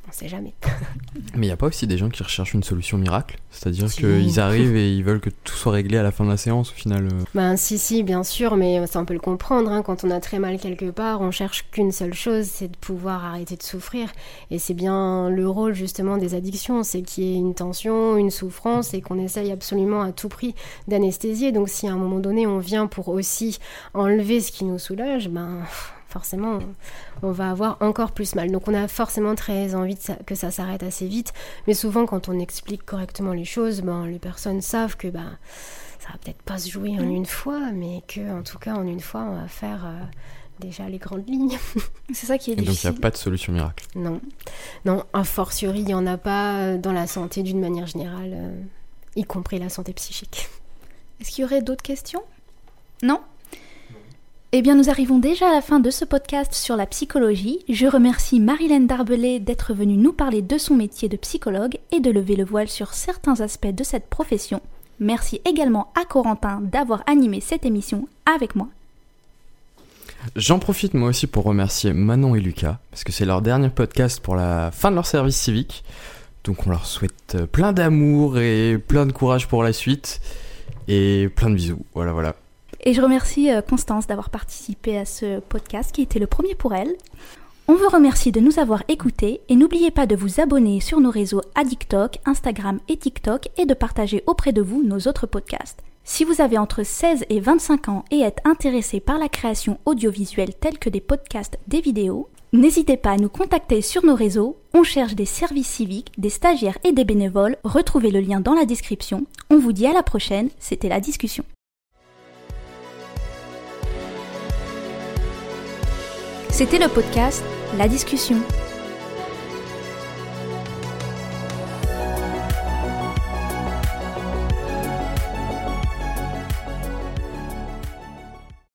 on sait jamais. Mais il n'y a pas aussi des gens qui recherchent une solution miracle ? C'est-à-dire Si. qu'ils arrivent et ils veulent que tout soit réglé à la fin de la séance, au final euh... Ben si, si, bien sûr, mais ça on peut le comprendre, hein. Quand on a très mal quelque part, on cherche qu'une seule chose, c'est de pouvoir arrêter de souffrir. Et c'est bien le rôle justement des addictions, c'est qu'il y ait une tension, une souffrance, et qu'on essaye absolument à tout prix d'anesthésier. Donc si à un moment donné on vient pour aussi enlever ce qui nous soulage, ben... forcément, on va avoir encore plus mal. Donc on a forcément très envie de ça, que ça s'arrête assez vite. Mais souvent, quand on explique correctement les choses, ben, les personnes savent que ben, ça va peut-être pas se jouer en une fois, mais qu'en tout cas, en une fois, on va faire euh, déjà les grandes lignes. C'est ça qui est Et difficile. donc il n'y a pas de solution miracle. Non, non, a fortiori, il n'y en a pas dans la santé d'une manière générale, euh, y compris la santé psychique. Est-ce qu'il y aurait d'autres questions ? Non ? Eh bien, nous arrivons déjà à la fin de ce podcast sur la psychologie. Je remercie Marilène Darbelay d'être venue nous parler de son métier de psychologue et de lever le voile sur certains aspects de cette profession. Merci également à Corentin d'avoir animé cette émission avec moi. J'en profite moi aussi pour remercier Manon et Lucas, parce que c'est leur dernier podcast pour la fin de leur service civique. Donc on leur souhaite plein d'amour et plein de courage pour la suite. Et plein de bisous, voilà voilà. Et je remercie Constance d'avoir participé à ce podcast qui était le premier pour elle. On vous remercie de nous avoir écoutés et n'oubliez pas de vous abonner sur nos réseaux Addictoc, Instagram et TikTok et de partager auprès de vous nos autres podcasts. Si vous avez entre seize et vingt-cinq ans et êtes intéressé par la création audiovisuelle telle que des podcasts, des vidéos, n'hésitez pas à nous contacter sur nos réseaux. On cherche des services civiques, des stagiaires et des bénévoles. Retrouvez le lien dans la description. On vous dit à la prochaine, c'était La Discussion. C'était le podcast La Discussion.